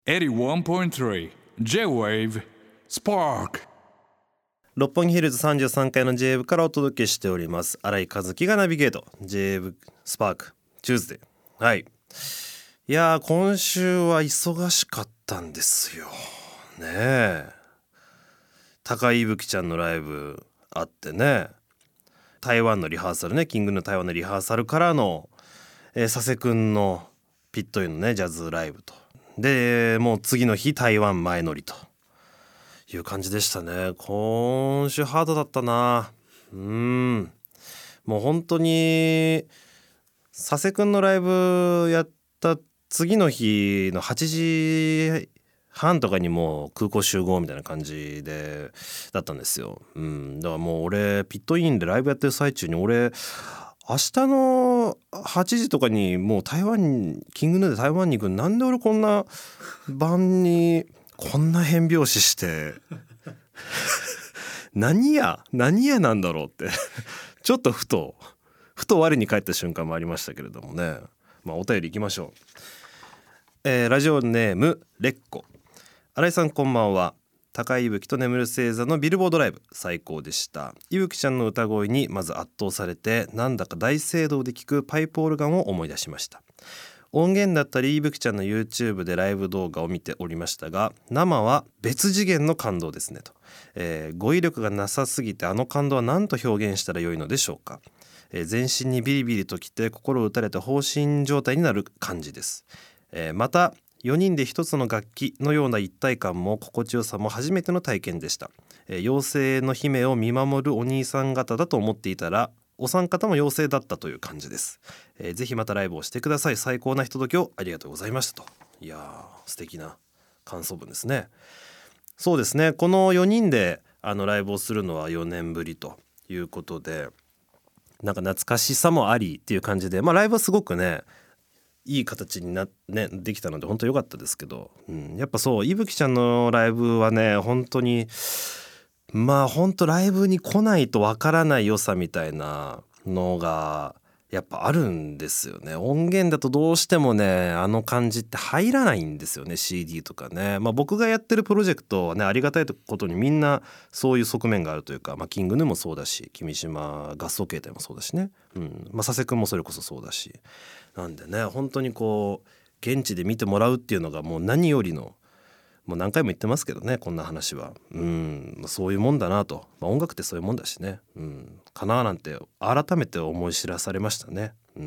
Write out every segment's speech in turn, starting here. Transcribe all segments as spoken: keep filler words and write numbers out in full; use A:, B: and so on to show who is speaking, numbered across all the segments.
A: エイティワンポイントスリー J-Wave Spark。
B: 六本木ヒルズさんじゅうさんかいの J-Wave からお届けしております新井和樹がナビゲート J-Wave Spark チューズデー。はい、いやー今週は忙しかったんですよねえ。高井いぶきちゃんのライブあってね、台湾のリハーサルね、キングの台湾のリハーサルからの、えー、佐世くんのピットインのねジャズライブと、でもう次の日台湾前乗りという感じでしたね。今週ハードだったな。うーんもう本当に佐世くんのライブやった次の日のはちじはんとかにもう空港集合みたいな感じでだったんですよ。うん、だからもう俺ピットインでライブやってる最中に俺明日のはちじとかにもう台湾キングヌーで台湾に行く。なんで俺こんな晩にこんな変拍子して何や何やなんだろうってちょっとふとふと我に返った瞬間もありましたけれどもね。まあお便りいきましょう。えー、ラジオネームレッコ。新井さんこんばんは。高井いぶきと眠る星座のビルボードライブ最高でした。いぶきちゃんの歌声にまず圧倒されて、なんだか大聖堂で聴くパイプオルガンを思い出しました。音源だったりいぶきちゃんの YouTube でライブ動画を見ておりましたが、生は別次元の感動ですねと、えー、語彙力がなさすぎてあの感動は何と表現したらよいのでしょうか。えー、全身にビリビリときて心を打たれた放心状態になる感じです。えー、またよにんで一つの楽器のような一体感も心地よさも初めての体験でした。えー、妖精の姫を見守るお兄さん方だと思っていたらお三方も妖精だったという感じです。えー、ぜひまたライブをしてください。最高なひとときをありがとうございましたと。いやー素敵な感想文ですね。そうですね、このよにんであのライブをするのはよねんぶりということで、なんか懐かしさもありっていう感じで、まあライブはすごくねいい形にな、ね、できたので本当良かったですけど、うん、やっぱそういぶきちゃんのライブはね本当にまあ本当ライブに来ないとわからない良さみたいなのがやっぱあるんですよね。音源だとどうしてもねあの感じって入らないんですよね、 シーディー とかね。まあ僕がやってるプロジェクトはねありがたいことにみんなそういう側面があるというか、まあ、キングヌーもそうだし君島合奏形態もそうだしね、うんまあ、佐世くんもそれこそそうだし、なんでね本当にこう現地で見てもらうっていうのがもう何よりの、もう何回も言ってますけどねこんな話は、うんそういうもんだなと、まあ、音楽ってそういうもんだしね、うん、かななんて改めて思い知らされましたね、うん、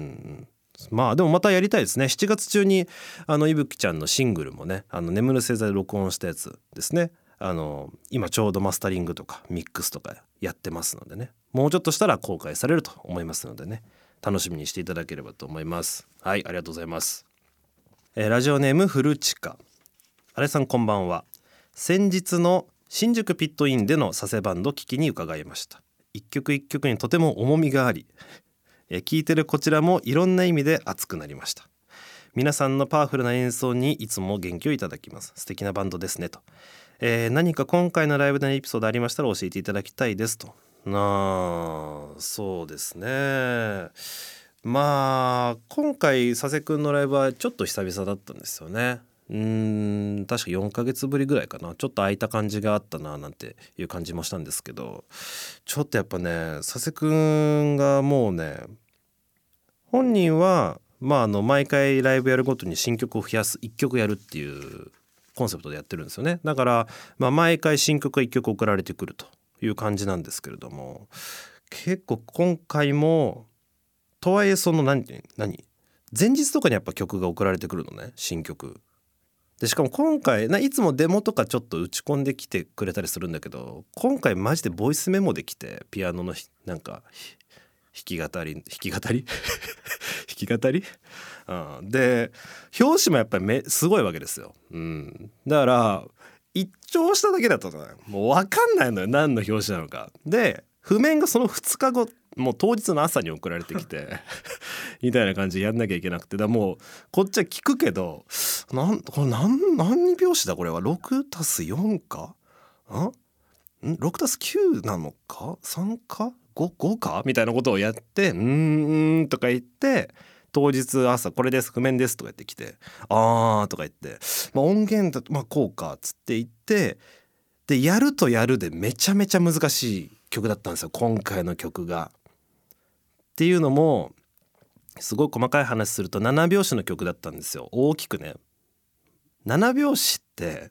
B: まあでもまたやりたいですね。しちがつ中にあのいぶきちゃんのシングルもねあの眠る星座で録音したやつですね、あの今ちょうどマスタリングとかミックスとかやってますのでね、もうちょっとしたら公開されると思いますのでね楽しみにしていただければと思います。はい、ありがとうございます。えー、ラジオネームフルチカ。新井さんこんばんは。先日の新宿ピットインでの佐世バンド聞きに伺いました。一曲一曲にとても重みがあり、えー、聞いてるこちらもいろんな意味で熱くなりました。皆さんのパワフルな演奏にいつも元気をいただきます。素敵なバンドですねと、えー、何か今回のライブでのエピソードありましたら教えていただきたいですと。なあそうですね、まあ今回佐世くんのライブはちょっと久々だったんですよね。うーん確かよんかげつぶりぐらいかな。ちょっと空いた感じがあったななんていう感じもしたんですけど、ちょっとやっぱね佐世くんがもうね本人はまああの毎回ライブやるごとに新曲を増やすいっきょくやるっていうコンセプトでやってるんですよね。だからまあ毎回新曲がいっきょく送られてくるという感じなんですけれども、結構今回もとはいえその何何前日とかにやっぱ曲が送られてくるのね、新曲で。しかも今回ないつもデモとかちょっと打ち込んできてくれたりするんだけど、今回マジでボイスメモできてピアノのなんか弾き語り弾き語り弾き語り、うん、で表紙もやっぱりめすごいわけですよ、うん、だから一聴しただけだとねもう分かんないのよ何の表紙なのかで、譜面がそのふつかごもう当日の朝に送られてきてみたいな感じでやんなきゃいけなくて、だもうこっちは聞くけどなんこれ 何, 何拍子だこれは ろくたすよん かんん ろくたすきゅう なのかさんか 5, 5かみたいなことをやってうーんとか言って当日朝これです譜面ですとか言ってきて、あーとか言って、まあ、音源だとまあこうかっつって言って、でやるとやるでめちゃめちゃ難しい曲だったんですよ今回の曲が。っていうのもすごい細かい話するとなな拍子の曲だったんですよ。大きくねなな拍子って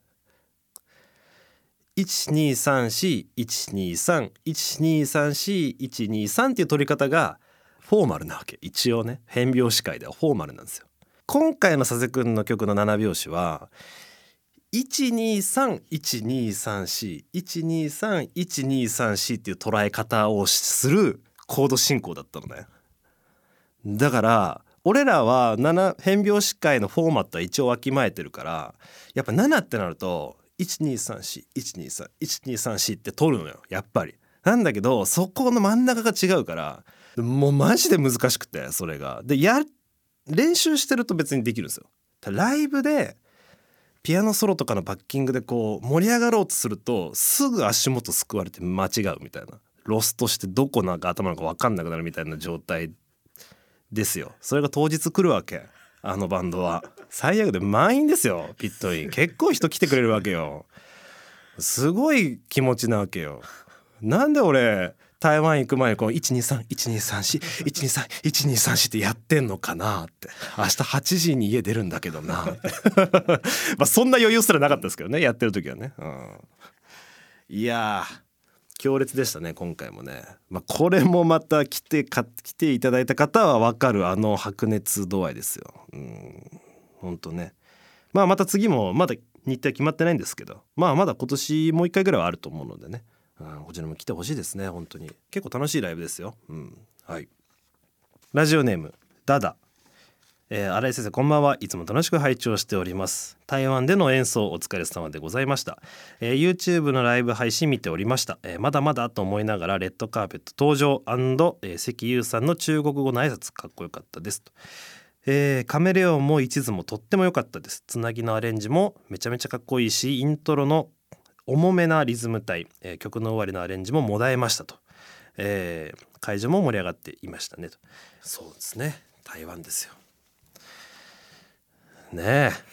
B: いちにさんしいちにさんいちにさんしいちにさんっていう取り方がフォーマルなわけ。一応ね変拍子界ではフォーマルなんですよ。今回の佐世くんの曲のなな拍子はいちにさんいちにさんしいちにさんいちにさんしっていう捉え方をするコード進行だったのね。だから俺らはなな変拍子界のフォーマットは一応わきまえてるから、やっぱななってなるといちにさんしいちにさんいちにさんしって取るのよやっぱり。なんだけどそこの真ん中が違うからもうマジで難しくて、それがでや練習してると別にできるんですよ。ライブでピアノソロとかのバッキングでこう盛り上がろうとするとすぐ足元すくわれて間違うみたいな、ロストしてどこなんか頭なんか分かんなくなるみたいな状態ですよ。それが当日来るわけ。あのバンドは最悪で満員ですよ。ピットに結構人来てくれるわけよ。すごい気持ちなわけよ。なんで俺台湾行く前にこういちにさんいちにさんしいちにさんいちにさんしってやってんのかなって、明日はちじに家出るんだけどなってまあそんな余裕すらなかったですけどねやってる時はね、うん、いやー強烈でしたね今回もね。まあ、これもまた来てか来ていただいた方は分かるあの白熱度合いですよ。うん、ほんとね。まあまた次もまだ日程決まってないんですけど、まあまだ今年もう一回ぐらいはあると思うのでね、うん、こちらも来てほしいですね。本当に結構楽しいライブですよ。うん、はい。ラジオネームダダ、えー、新井先生こんばんは。いつも楽しく拝聴しております。台湾での演奏お疲れ様でございました、えー、YouTube のライブ配信見ておりました、えー、まだまだと思いながらレッドカーペット登場&、えー、関優さんの中国語の挨拶かっこよかったですと、えー、カメレオンも一途もとっても良かったです。つなぎのアレンジもめちゃめちゃかっこいいし、イントロの重めなリズム体、えー、曲の終わりのアレンジももだえましたと、えー、会場も盛り上がっていましたねと。そうですね、台湾ですよねえ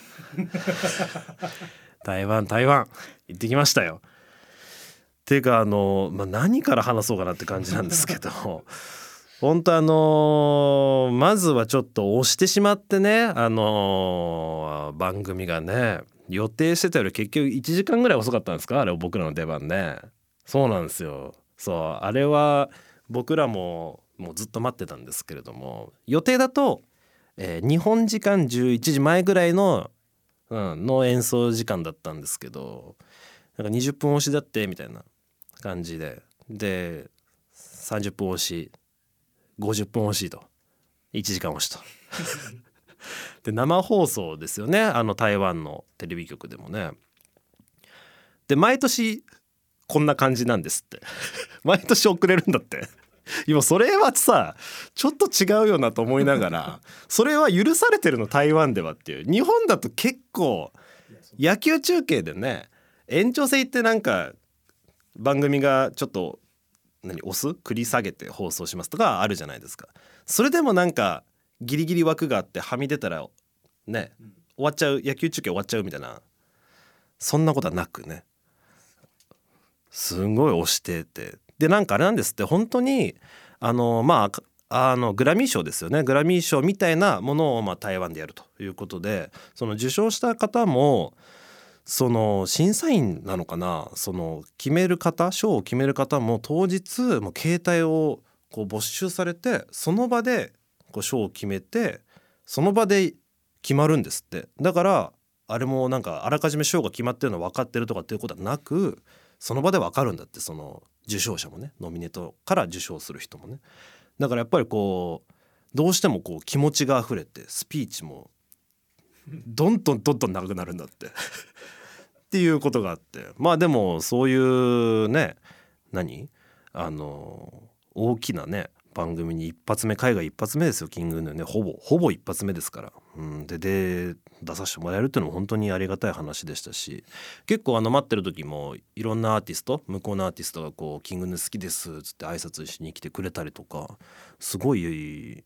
B: 台湾台湾行ってきましたよ。っていうかあの、まあ、何から話そうかなって感じなんですけど本当あのー、まずはちょっと押してしまってね、あのー、番組がね予定してたより結局いちじかんぐらい遅かったんですか、あれ僕らの出番ね。そうなんですよ。そうあれは僕らももうずっと待ってたんですけれども、予定だとえー、日本時間じゅういちじまえぐらいの、うん、の演奏時間だったんですけど、なんかにじゅっぷん押しだってみたいな感じで、でさんじゅっぷん押しごじゅっぷん押しといちじかん押しとで生放送ですよね、あの台湾のテレビ局でもね。で毎年こんな感じなんですって毎年遅れるんだって今それはさちょっと違うよなと思いながらそれは許されてるの台湾ではっていう。日本だと結構野球中継でね延長戦ってなんか番組がちょっと何押す繰り下げて放送しますとかあるじゃないですか。それでもなんかギリギリ枠があってはみ出たらね終わっちゃう、野球中継終わっちゃうみたいな、そんなことはなくねすごい押してて、でなんかあれなんですって、本当にあのまああのグラミー賞ですよね、グラミー賞みたいなものをまあ台湾でやるということで、その受賞した方もその審査員なのかな、その決める方賞を決める方も当日もう携帯をこう没収されてその場でこう賞を決めてその場で決まるんですって。だからあれもなんかあらかじめ賞が決まってるの分かってるとかっていうことはなく、その場で分かるんだって、その受賞者もね、ノミネートから受賞する人もね。だからやっぱりこうどうしてもこう気持ちが溢れてスピーチもどんどんどんどん長くなるんだってっていうことがあって、まあでもそういうね何あの大きなね番組に一発目、海外一発目ですよ、キングヌーね、ほぼほぼ一発目ですから、うん、でで出させてもらえるっていうのも本当にありがたい話でしたし、結構あの待ってる時もいろんなアーティスト、向こうのアーティストがこうキングヌー好きですっつって挨拶しに来てくれたりとか、すごい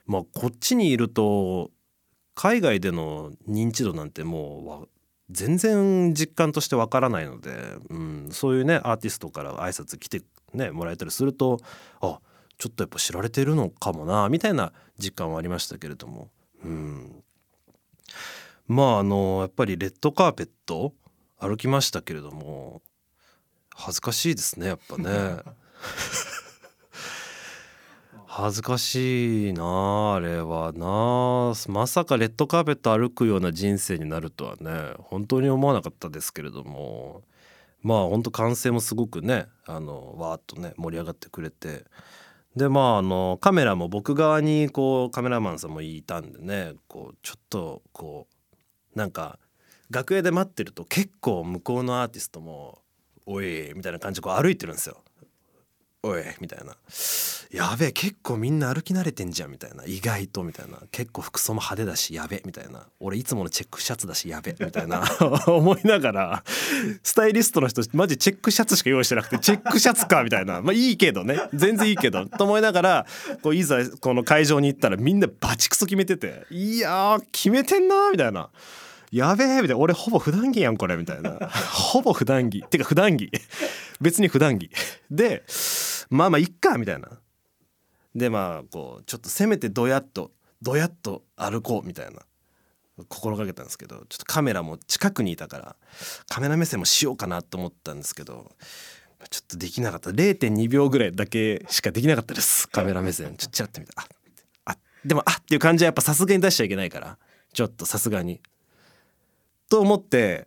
B: まあこっちにいると海外での認知度なんてもう全然実感としてわからないので、うん、そういうねアーティストから挨拶来てねもらえたりすると、あちょっとやっぱ知られてるのかもなみたいな実感はありましたけれども、うん、まああのやっぱりレッドカーペット歩きましたけれども恥ずかしいですねやっぱね恥ずかしいなあれはな。まさかレッドカーペット歩くような人生になるとはね本当に思わなかったですけれども、まあ本当歓声もすごくねあのわーっとね盛り上がってくれて、でまああのカメラも僕側にこうカメラマンさんもいたんでね、こうちょっとこうなんか楽屋で待ってると結構向こうのアーティストもおいみたいな感じでこう歩いてるんですよ。おいみたいな、やべえ結構みんな歩き慣れてんじゃんみたいな、意外とみたいな、結構服装も派手だしやべみたいな、俺いつものチェックシャツだしやべみたいな思いながら、スタイリストの人マジチェックシャツしか用意してなくてチェックシャツかみたいな、まあいいけどね全然いいけどと思いながらこういざこの会場に行ったらみんなバチクソ決めてて、いやー決めてんなみたいな、やべえみたいな、俺ほぼ普段着やんこれみたいなほぼ普段着てか普段着別に普段着でまあまあいっかみたいな、でまあこうちょっとせめてどやっとどやっと歩こうみたいな心がけたんですけど、ちょっとカメラも近くにいたからカメラ目線もしようかなと思ったんですけどちょっとできなかった。 れいてんにびょうぐらいだけしかできなかったです。カメラ目線ちょっとチラッと見た、ああでもあっていう感じはやっぱさすがに出しちゃいけないからちょっとさすがにと思って、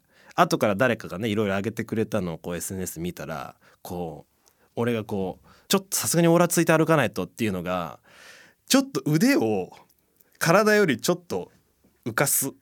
B: 後から誰かがねいろいろ上げてくれたのをこう エスエヌエス 見たら、こう俺がこうちょっとさすがにオーラついて歩かないとっていうのが、ちょっと腕を体よりちょっと浮かす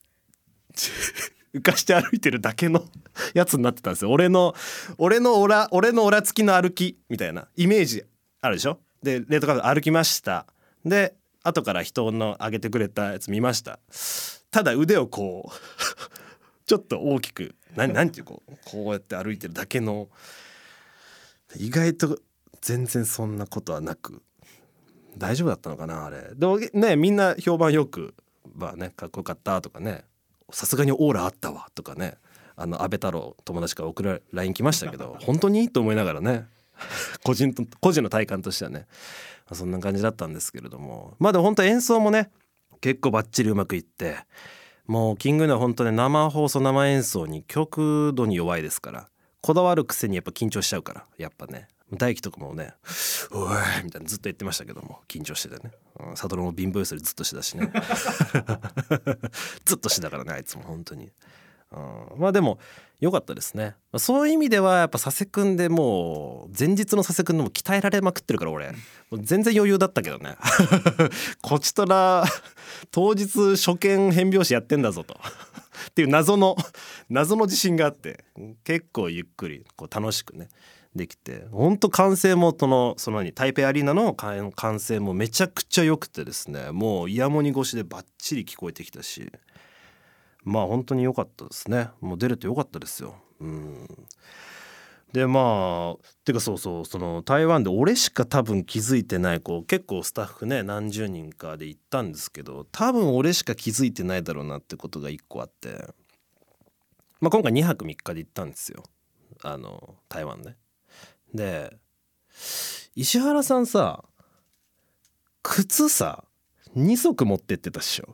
B: 浮かして歩いてるだけのやつになってたんですよ。俺の俺のオラ俺のオラつきの歩きみたいなイメージあるでしょ。でレッドカーペット歩きました。で後から人の上げてくれたやつ見ました。ただ腕をこうちょっと大きく何なんていうこうこうやって歩いてるだけの、意外と全然そんなことはなく大丈夫だったのかなあれ。でもねみんな評判よく、まあねかっこよかったとかね、さすがにオーラあったわとかね、あの安倍太郎友達から送ら ライン 来ましたけど本当にいいと思いながらね個人と個人の体感としてはねそんな感じだったんですけれども、まあでも本当演奏もね結構バッチリうまくいって、もうキングヌーは本当ね生放送生演奏に極度に弱いですから、こだわるくせにやっぱ緊張しちゃうから、やっぱね大輝とかもね「おい!」みたいなずっと言ってましたけども、緊張しててね、うん、サドルも貧乏ゆすりずっとしてたしねずっとしてたからねあいつも本当に、うん、まあでも良かったですね。そういう意味ではやっぱ佐世くんでもう前日の佐世くんでも鍛えられまくってるから、俺もう全然余裕だったけどねこちとら当日初見変拍子やってんだぞとっていう謎の謎の自信があって、結構ゆっくりこう楽しくねできて、ほんと歓声もそのそのに台北アリーナの歓声もめちゃくちゃ良くてですね、もうイヤモニ越しでバッチリ聞こえてきたし、まあ本当に良かったですね。もう出れて良かったですよ。うんでまあてかそうそう、その台湾で俺しか多分気づいてない、こう結構スタッフね何十人かで行ったんですけど、多分俺しか気づいてないだろうなってことが一個あって、まあ今回にはくみっかで行ったんですよ、あの台湾ね。で石原さんさ靴さにそく持ってってたっしょ。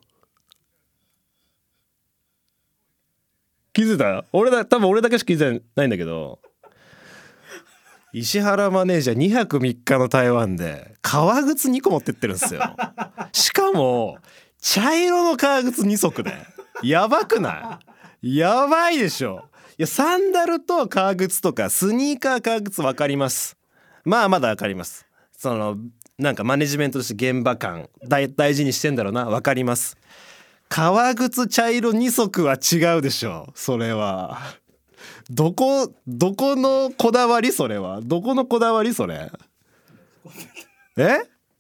B: 気づいた？俺だ多分俺だけしか気づいてないんだけど、石原マネージャーにはくみっかの台湾で革靴にこ持ってってるんですよ。しかも茶色の革靴にそくで、やばくない？やばいでしょ。いやサンダルと革靴とかスニーカー革靴分かります。まあまだ分かります。そのなんかマネジメントとして現場感大大事にしてんだろうな、分かります。革靴茶色にそくは違うでしょ。それはどこどこのこだわり？それはどこのこだわり？それえ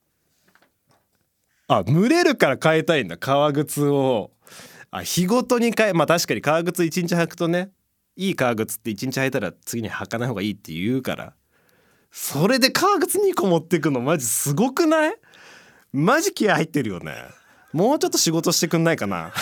B: あ蒸れるから変えたいんだ革靴を。あ日ごとに変え、まあ確かに革靴いちにち履くとね、いい革靴っていちにち履いたら次に履かない方がいいって言うから、それで革靴にこ持ってくのマジすごくない？ マジ気合入ってるよね。もうちょっと仕事してくんないかな。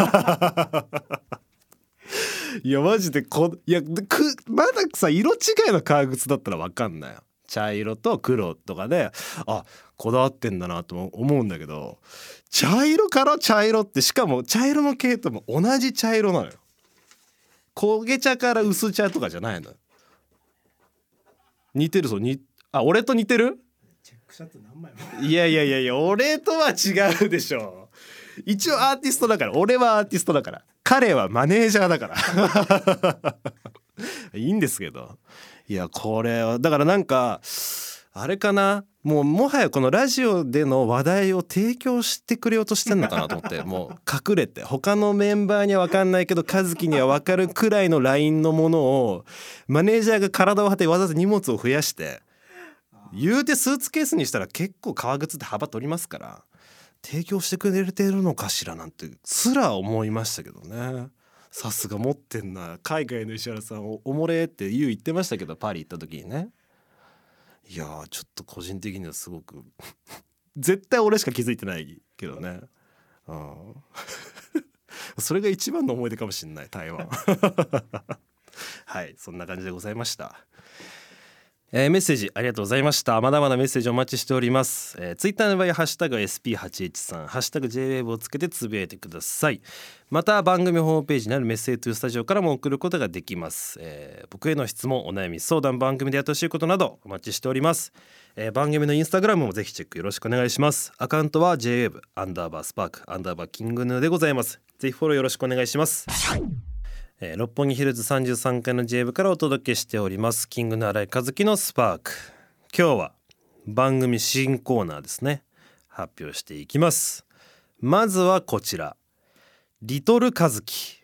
B: いやマジでこいやくまださ色違いの革靴だったら分かんないよ。茶色と黒とかであこだわってんだなと思うんだけど、茶色から茶色ってしかも茶色の系統も同じ茶色なのよ。焦げ茶から薄茶とかじゃないのよ。似てるそうにあ俺と似てる。
C: チェックシャツ何枚も
B: いやいやいやいや俺とは違うでしょ。一応アーティストだから、俺はアーティストだから、彼はマネージャーだからいいんですけど、いやこれはだからなんかあれかな、もうもはやこのラジオでの話題を提供してくれようとしてんのかなと思ってもう隠れて他のメンバーには分かんないけど和樹には分かるくらいのラインのものをマネージャーが体を張ってわざわざ荷物を増やして言うてスーツケースにしたら結構革靴って幅取りますから提供してくれてるのかしらなんてすら思いましたけどね。さすが持ってんな、海外の石原さんおおもれって言う言ってましたけどパリ行った時にね。いやーちょっと個人的にはすごく絶対俺しか気づいてないけどね、うん、それが一番の思い出かもしれない台湾はいそんな感じでございました。えー、メッセージありがとうございました。まだまだメッセージお待ちしております。えー、ツイッターの場合ハッシュタグ エスピーはちいちさん ハッシュタグ ジェイウェーブ をつけてつぶやいてください。また番組ホームページにあるメッセージトゥースタジオからも送ることができます。えー、僕への質問お悩み相談番組でやってほしいことなどお待ちしております。えー、番組のインスタグラムもぜひチェックよろしくお願いします。アカウントは ジェイウェーブ アンダーバースパークアンダーバーキングヌーでございます。ぜひフォローよろしくお願いします。えー、六本木ヒルズさんじゅうさんかいの ジェイウェーブ からお届けしておりますキングヌー新井和樹のスパーク。今日は番組新コーナーですね、発表していきます。まずはこちら、リトルカズキ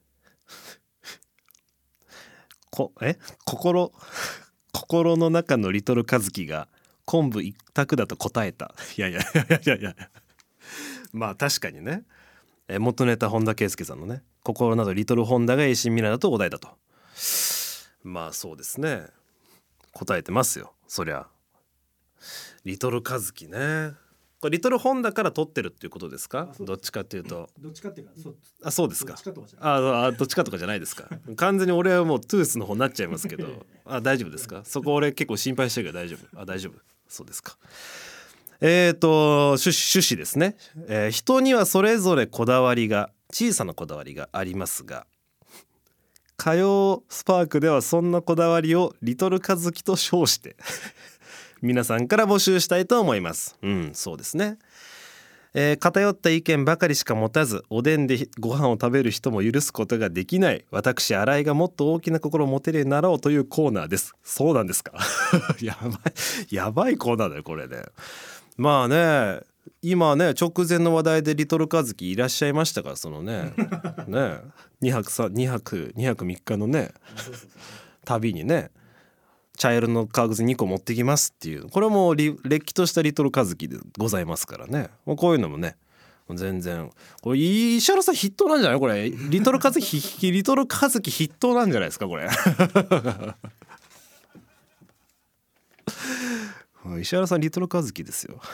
B: こえ心心の中のリトルカズキが昆布一択だと答えた。いやいやいやいやいやまあ確かにね、え元ネタ本田圭佑さんのね、心などリトルホンダがエイシンミラーだとお題だと。まあそうですね、答えてますよそりゃ。リトルカズキね、これリトルホンダから取ってるっていうことですか。どっちかっていうと
C: どっちかっていうかそう
B: あそうですか。
C: どっちかとかじゃない
B: ああどっちかとかじゃないですか完全に俺はもうトゥースの方になっちゃいますけどあ大丈夫ですか。そこ俺結構心配してるけど大丈夫。あ大丈夫そうですか。えーと趣旨趣旨ですね、えー、人にはそれぞれこだわりが小さなこだわりがありますが、火曜スパークではそんなこだわりをリトルカズキと称して皆さんから募集したいと思います。うんそうですね、えー、偏った意見ばかりしか持たずおでんでご飯を食べる人も許すことができない私新井がもっと大きな心を持てるようになろうというコーナーです。そうなんですかやばいやばいコーナーだよこれね。まあね今ね直前の話題でリトルカズキいらっしゃいましたから、そのねねにはくさにはくにはくみっかのね旅にね茶色の革靴にこ持ってきますっていう、これはもうれっきとしたリトルカズキでございますからね。もうこういうのもね全然これ石原さん筆頭なんじゃないこれ。リトルカズキリトルカズキ筆頭なんじゃないですかこれ石原さんリトルカズキですよ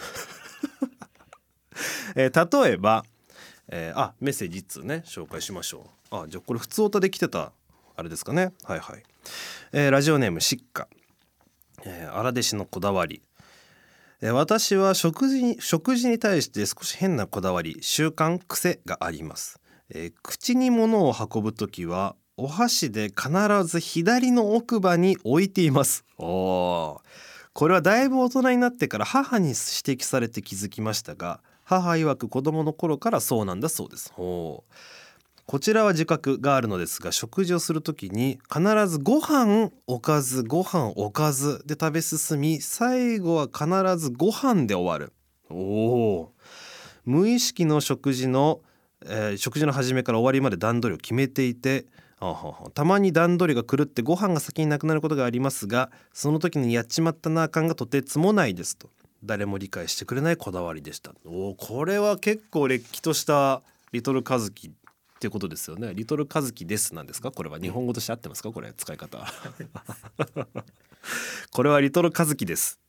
B: えー、例えば、えー、あメッセージいっつうね紹介しましょう。あじゃあこれ普通オタで来てたあれですかね。はいはい、えー、ラジオネームシッカ、えー、荒弟子のこだわり、えー、私は食事に食事に対して少し変なこだわり習慣癖があります。えー、口に物を運ぶときはお箸で必ず左の奥歯に置いています。おーこれはだいぶ大人になってから母に指摘されて気づきましたが、母曰く子供の頃からそうなんだそうです。おこちらは自覚があるのですが、食事をするときに必ずご飯おかずご飯おかずで食べ進み、最後は必ずご飯で終わる。お無意識の食事の、えー、食事の始めから終わりまで段取りを決めていて、たまに段取りが狂ってご飯が先になくなることがありますが、その時にやっちまったな感がとてつもないですと。誰も理解してくれないこだわりでした。おこれは結構れっきとしたリトルカズキっていうことですよね。リトルカズキですなんですか。これは日本語として合ってますかこれ使い方これはリトルカズキです。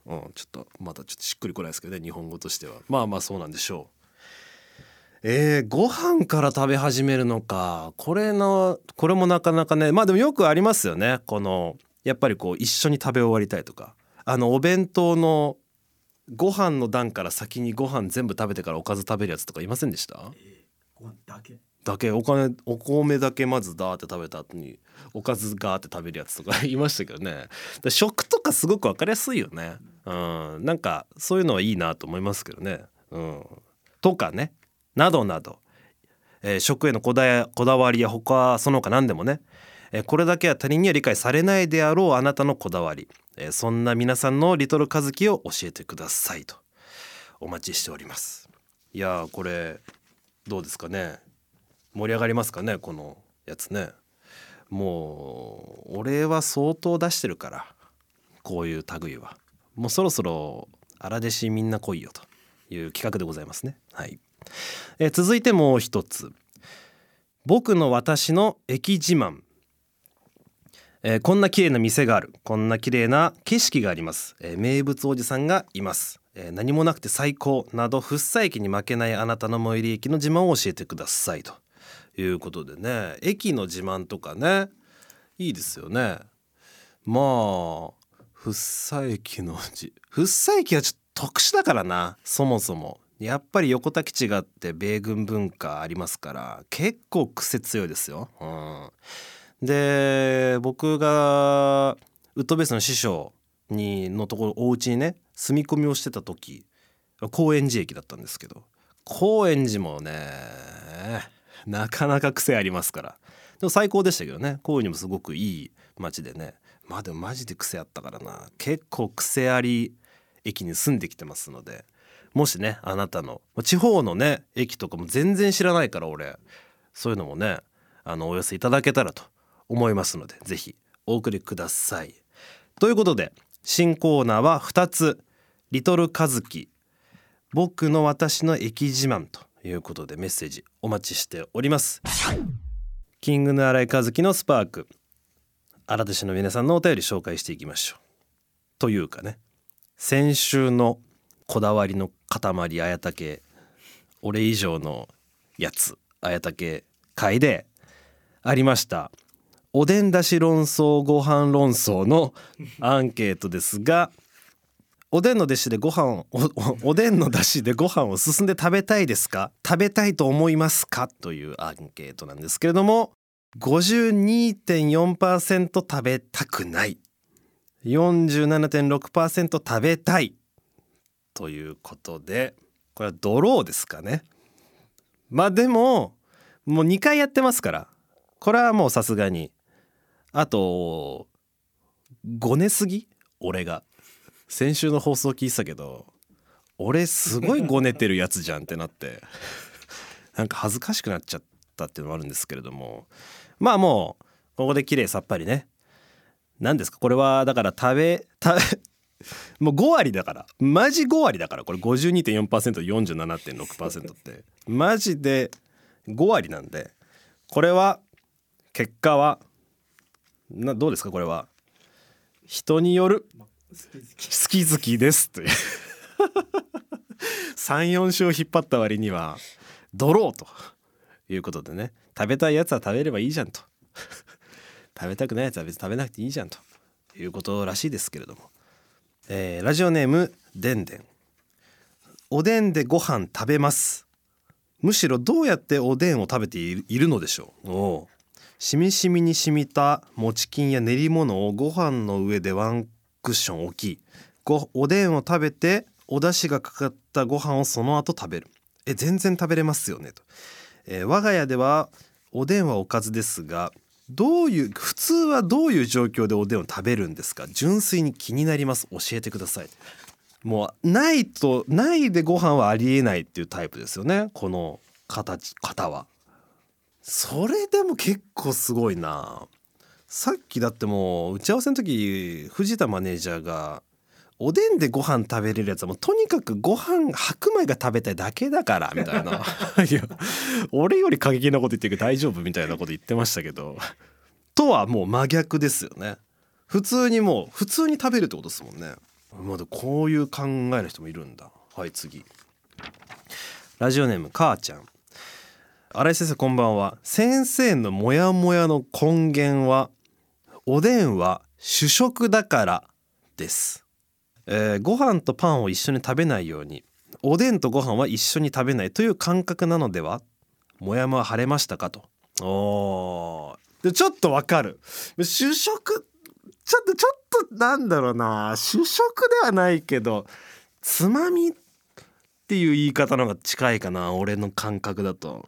B: うん、ちょっとまだちょっとしっくりこないですけどね、日本語としては。まあまあそうなんでしょう。えー、ご飯から食べ始めるのか、これのこれもなかなかね、まあでもよくありますよね。このやっぱりこう一緒に食べ終わりたいとか、あのお弁当のご飯の段から先にご飯全部食べてからおかず食べるやつとかいませんでした？
C: えー、ご飯だけ
B: だけお金お米だけまずダーって食べた後におかずガーって食べるやつとかいましたけどね。で食とかすごく分かりやすいよね。うん、なんかそういうのはいいなと思いますけどね。うん、とかね、などなど、えー、食へのこだやこだわりや他その他何でもね、えー、これだけは他人には理解されないであろうあなたのこだわり、えー、そんな皆さんのリトルカズキを教えてくださいとお待ちしております。いやーこれどうですかね、盛り上がりますかねこのやつね。もう俺は相当出してるから、こういう類はもうそろそろ荒弟子みんな来いよという企画でございますね。はい、えー、続いてもう一つ、僕の私の駅自慢。えー、こんな綺麗な店がある、こんな綺麗な景色があります、えー、名物おじさんがいます、えー、何もなくて最高など福生駅に負けないあなたの最寄り駅の自慢を教えてくださいということでね、駅の自慢とかねいいですよね。まあ福生駅のじ福生駅はちょっと特殊だからな、そもそもやっぱり横田基地があって米軍文化ありますから結構癖強いですよ。うん、で僕がウッドベースの師匠にのところお家にね住み込みをしてた時、高円寺駅だったんですけど、高円寺もねなかなか癖ありますから、でも最高でしたけどね。高円寺もすごくいい街でね、まあでもマジで癖あったからな、結構癖あり駅に住んできてますので、もしねあなたの地方のね駅とかも全然知らないから俺、そういうのもねあのお寄せいただけたらと思いますので、ぜひお送りください。ということで新コーナーはふたつ、リトルカズキ、僕の私の駅自慢ということでメッセージお待ちしております。キングの新井和樹のスパーク、荒弟子の皆さんのお便り紹介していきましょう。というかね、先週のこだわりの塊綾竹、俺以上のやつ綾竹会でありましたおでんだし論争ご飯論争のアンケートですが、おでんのだしでご飯を お, おでんのだしでご飯を進んで食べたいですか、食べたいと思いますかというアンケートなんですけれども、 ごじゅうにてんよんパーセント 食べたくない、 よんじゅうななてんろくパーセント 食べたいということで、これはドローですかね。まあでももうにかいやってますから、これはもうさすがにあとごねすぎ、俺が先週の放送聞いてたけど俺すごいごねてるやつじゃんってなってなんか恥ずかしくなっちゃったっていうのもあるんですけれども、まあもうここで綺麗さっぱりね、何ですかこれは、だから食べ食べもうご割だから、マジご割だから、これ ごじゅうにてんよんパーセント よんじゅうななてんろくパーセント ってマジでご割なんで、これは結果はなどうですか、これは人による好き好きですというさん、よん週を引っ張った割にはドローということでね、食べたいやつは食べればいいじゃんと食べたくないやつは別に食べなくていいじゃんということらしいですけれども、えー、ラジオネームでんでん、おでんでご飯食べます。むしろどうやっておでんを食べている、いるのでしょう。おしみしみに染みた餅巾や練り物をご飯の上でワンクッション置き、ごおでんを食べてお出汁がかかったご飯をその後食べる。え全然食べれますよねと、えー、我が家ではおでんはおかずですが、どういう普通はどういう状況でおでんを食べるんですか、純粋に気になります、教えてください。もうないとないでご飯はありえないっていうタイプですよね、この形方は。それでも結構すごいな。さっきだってもう打ち合わせの時藤田マネージャーがおでんでご飯食べれるやつはもうとにかくご飯白米が食べたいだけだからみたいないや俺より過激なこと言ってるけど大丈夫みたいなこと言ってましたけどとはもう真逆ですよね。普通にもう普通に食べるってことですもんね。 まだこういう考えの人もいるんだ。はい、次。ラジオネームかーちゃん。新井先生こんばんは。先生のモヤモヤの根源はおでんは主食だからです、えー、ご飯とパンを一緒に食べないようにおでんとご飯は一緒に食べないという感覚なのでは。モヤモヤ晴れましたかと。おーでちょっとわかる。主食ちょっとちょっとなんだろうな、主食ではないけどつまみっていう言い方の方が近いかな、俺の感覚だと。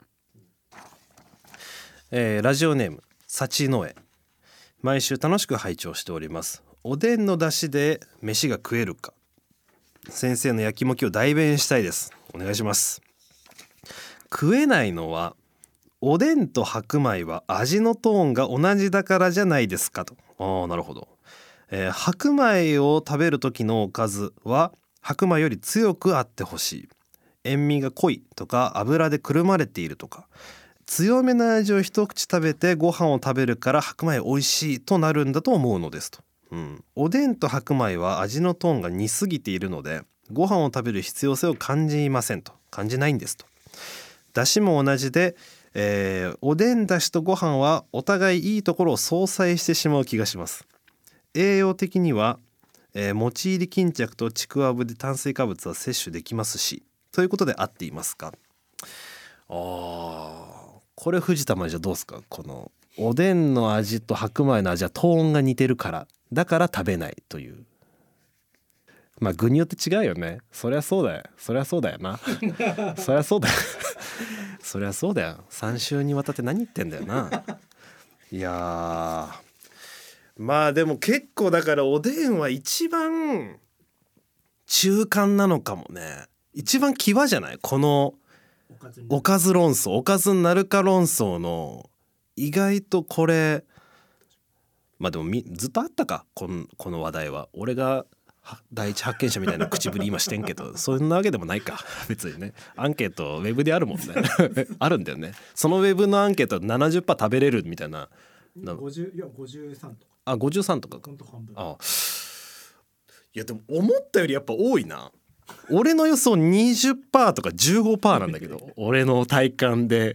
B: えー、ラジオネーム幸の絵。毎週楽しく拝聴しております。おでんの出汁で飯が食えるか、先生のやきもきを代弁したいです。お願いします。食えないのはおでんと白米は味のトーンが同じだからじゃないですかと。ああ、なるほど、えー、白米を食べる時のおかずは白米より強くあってほしい。塩味が濃いとか油でくるまれているとか、強めな味を一口食べてご飯を食べるから白米美味しいとなるんだと思うのですと、うん、おでんと白米は味のトーンが似すぎているのでご飯を食べる必要性を感じませんと、感じないんですと。だしも同じで、えー、おでんだしとご飯はお互いいいところを相殺してしまう気がします。栄養的には、えー、もち入り巾着とちくわぶで炭水化物は摂取できますし、ということで合っていますか。あー、これ藤田まじゃどうすか。このおでんの味と白米の味はトーンが似てるからだから食べないという。まあ具によって違うよね。そりゃそうだよ、そりゃそうだよなそりゃそうだよそりゃそうだよ。さん週にわたって何言ってんだよな。いやまあでも結構だからおでんは一番中間なのかもね。一番際じゃない、この
C: おかずに
B: おかず論争、おかずになるか論争の意外とこれ、まあでもみずっとあったか、この、この話題は。俺が第一発見者みたいな口ぶり今してんけどそんなわけでもないか別にね。アンケートウェブであるもんねあるんだよね。そのウェブのアンケート ななじゅっパーセント 食べれるみたいな。
C: ごじゅういやごじゅうさんとか。
B: あ、ごじゅうさんとかか。
C: ほんと半分。
B: ああ、いやでも思ったよりやっぱ多いな。俺の予想 にじゅっパーセント とか じゅうごパーセント なんだけど俺の体感で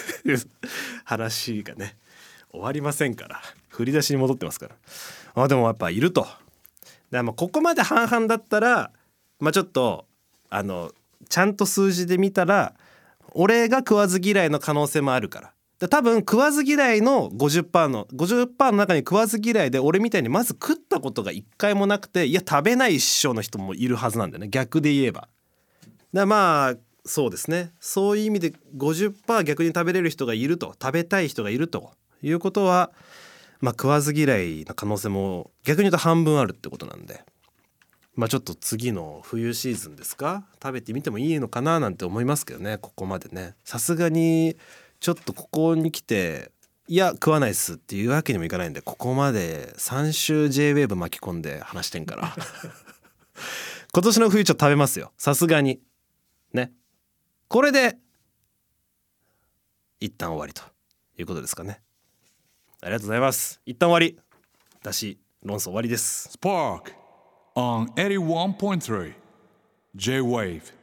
B: 話がね終わりませんから、振り出しに戻ってますから。あ、でもやっぱいると。でもここまで半々だったら、まあちょっとあのちゃんと数字で見たら俺が食わず嫌いの可能性もあるから。で多分食わず嫌いの ごじゅっパーセント の ごじゅっパーセント の中に食わず嫌いで俺みたいにまず食ったことが一回もなくて、いや食べないっしょの人もいるはずなんだよね、逆で言えば。だまあそうですね、そういう意味で ごじゅっパーセント 逆に食べれる人がいると、食べたい人がいるということは、まあ食わず嫌いな可能性も逆に言うと半分あるってことなんで、まあちょっと次の冬シーズンですか、食べてみてもいいのかななんて思いますけどね。ここまでね、さすがにちょっとここに来ていや食わないっすっていうわけにもいかないんで、ここまでさん週 J ウェーブ巻き込んで話してんから今年の冬ちょっと食べますよ、さすがにね。これで一旦終わりということですかね。ありがとうございます。一旦終わり。だし論争終わりです。
A: Spark on eighty-one point three J-Wave